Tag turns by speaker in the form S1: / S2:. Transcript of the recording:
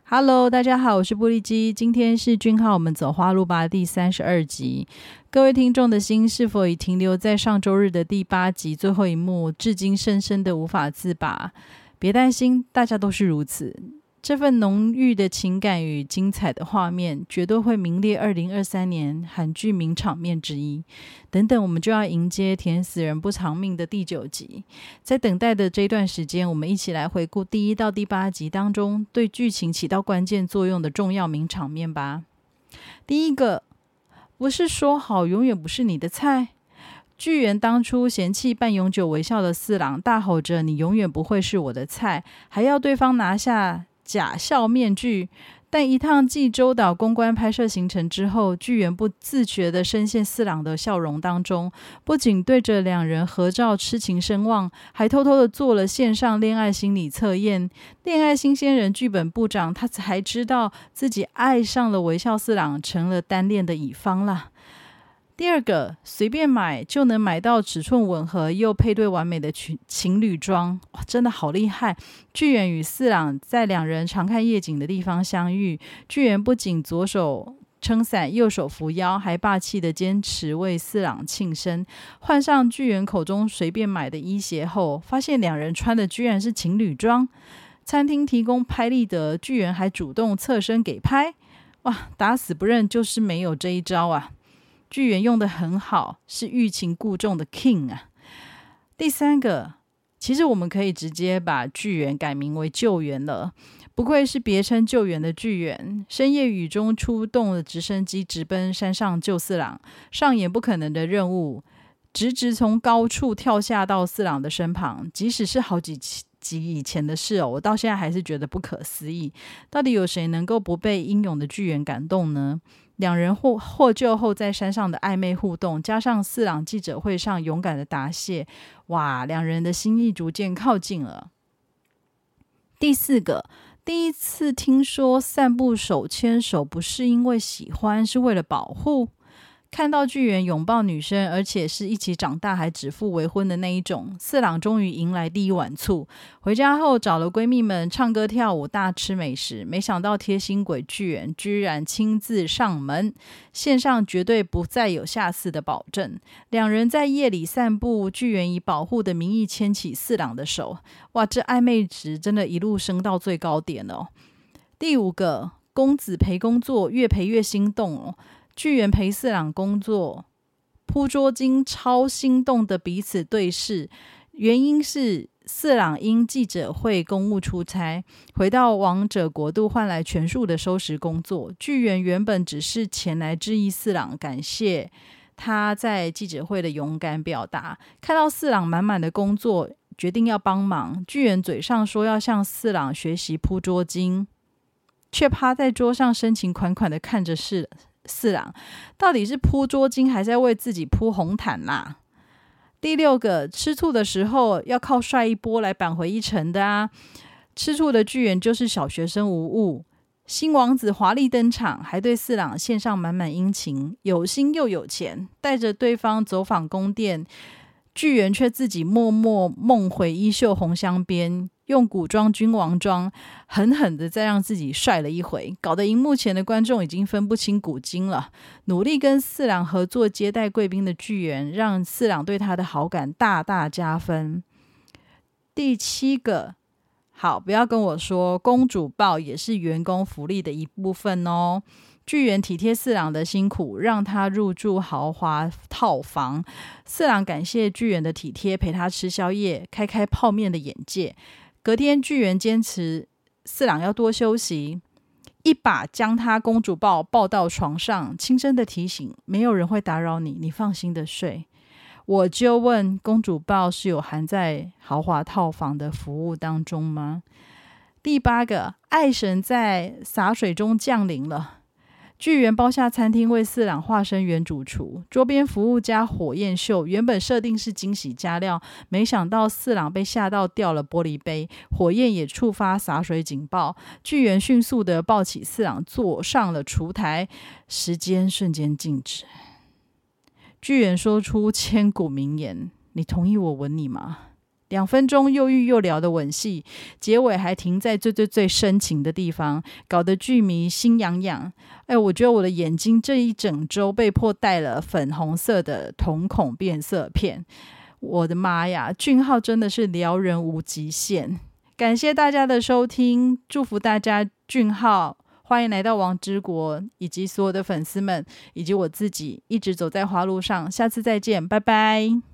S1: Hello，大家好，我是玻璃鸡。今天是君浩我们走花路吧第32集。各位听众的心是否已停留在上周日的第8集最后一幕，至今深深的无法自拔？别担心，大家都是如此。这份浓郁的情感与精彩的画面，绝对会名列2023年韩剧名场面之一。等等，我们就要迎接甜死人不偿命的第9集。在等待的这段时间，我们一起来回顾第1到第8集当中对剧情起到关键作用的重要名场面吧。第一个，不是说好永远不是你的菜？剧原当初嫌弃半永久微笑的四郎，大吼着你永远不会是我的菜，还要对方拿下假笑面具。但一趟济州岛公关拍摄行程之后，剧原不自觉地深陷四郎的笑容当中，不仅对着两人合照痴情深望，还偷偷地做了线上恋爱心理测验。恋爱新鲜人剧本部长他才知道自己爱上了微笑四郎，成了单恋的乙方啦。第二个，随便买就能买到尺寸吻合又配对完美的情侣装，真的好厉害。剧原与四郎在两人常看夜景的地方相遇，剧原不仅左手撑伞右手扶腰，还霸气的坚持为四郎庆生。换上剧原口中随便买的衣鞋后，发现两人穿的居然是情侣装。餐厅提供拍立得，剧原还主动侧身给拍，哇，打死不认就是没有这一招啊。剧原用得很好，是欲擒故纵的 king 啊。第三个，其实我们可以直接把剧原改名为救援了，不愧是别称救援的剧原。深夜雨中出动了直升机，直奔山上救四郎，上演不可能的任务，直从高处跳下到四郎的身旁。即使是好几集以前的事我到现在还是觉得不可思议。到底有谁能够不被英勇的剧原感动呢？两人获救后在山上的暧昧互动，加上四郎记者会上勇敢的答谢，哇，两人的心意逐渐靠近了。第四个，第一次听说散步手牵手不是因为喜欢，是为了保护。看到剧原拥抱女生，而且是一起长大还指腹为婚的那一种，四郎终于迎来第一碗醋。回家后找了闺蜜们唱歌跳舞大吃美食，没想到贴心鬼剧原居然亲自上门，线上绝对不再有下次的保证。两人在夜里散步，剧原以保护的名义牵起四郎的手，哇，这暧昧值真的一路升到最高点了。第五个，公子陪工作，越陪越心动剧原陪四郎工作，扑桌巾超心动的彼此对视，原因是四郎因记者会公务出差，回到王者国度换来全数的收拾工作。剧原原本只是前来致意四郎，感谢他在记者会的勇敢表达，看到四郎满满的工作，决定要帮忙。剧原嘴上说要向四郎学习扑桌巾，却趴在桌上深情款款的看着四郎，到底是铺桌巾还是在为自己铺红毯啦？第六个，吃醋的时候要靠帅一波来扳回一城的啊！吃醋的剧原就是小学生无误，新王子华丽登场，还对四郎献上满满殷勤，有心又有钱，带着对方走访宫殿，剧原却自己默默梦回衣袖红镶边，用古装君王装狠狠的再让自己帅了一回，搞得荧幕前的观众已经分不清古今了。努力跟四郎合作接待贵宾的剧原，让四郎对他的好感大大加分。第七个，好，不要跟我说公主抱也是员工福利的一部分哦。剧原体贴四郎的辛苦，让他入住豪华套房。四郎感谢剧原的体贴，陪他吃宵夜，开泡面的眼界。隔天剧原坚持四郎要多休息，一把将他公主抱到床上，轻声的提醒没有人会打扰你，你放心的睡。我就问，公主抱是有含在豪华套房的服务当中吗？第八个，爱神在洒水中降临了。剧原包下餐厅为四郎化身原主厨，桌边服务加火焰秀，原本设定是惊喜加料，没想到四郎被吓到掉了玻璃杯，火焰也触发洒水警报。剧原迅速的抱起四郎坐上了厨台，时间瞬间静止。剧原说出千古名言：你同意我吻你吗？ 2分钟又欲又聊的吻戏，结尾还停在最深情的地方，搞得剧迷心痒痒。我觉得我的眼睛这一整周被迫戴了粉红色的瞳孔变色片。我的妈呀，俊浩真的是撩人无极限。感谢大家的收听，祝福大家俊浩欢迎来到王之国，以及所有的粉丝们，以及我自己一直走在花路上。下次再见，拜拜。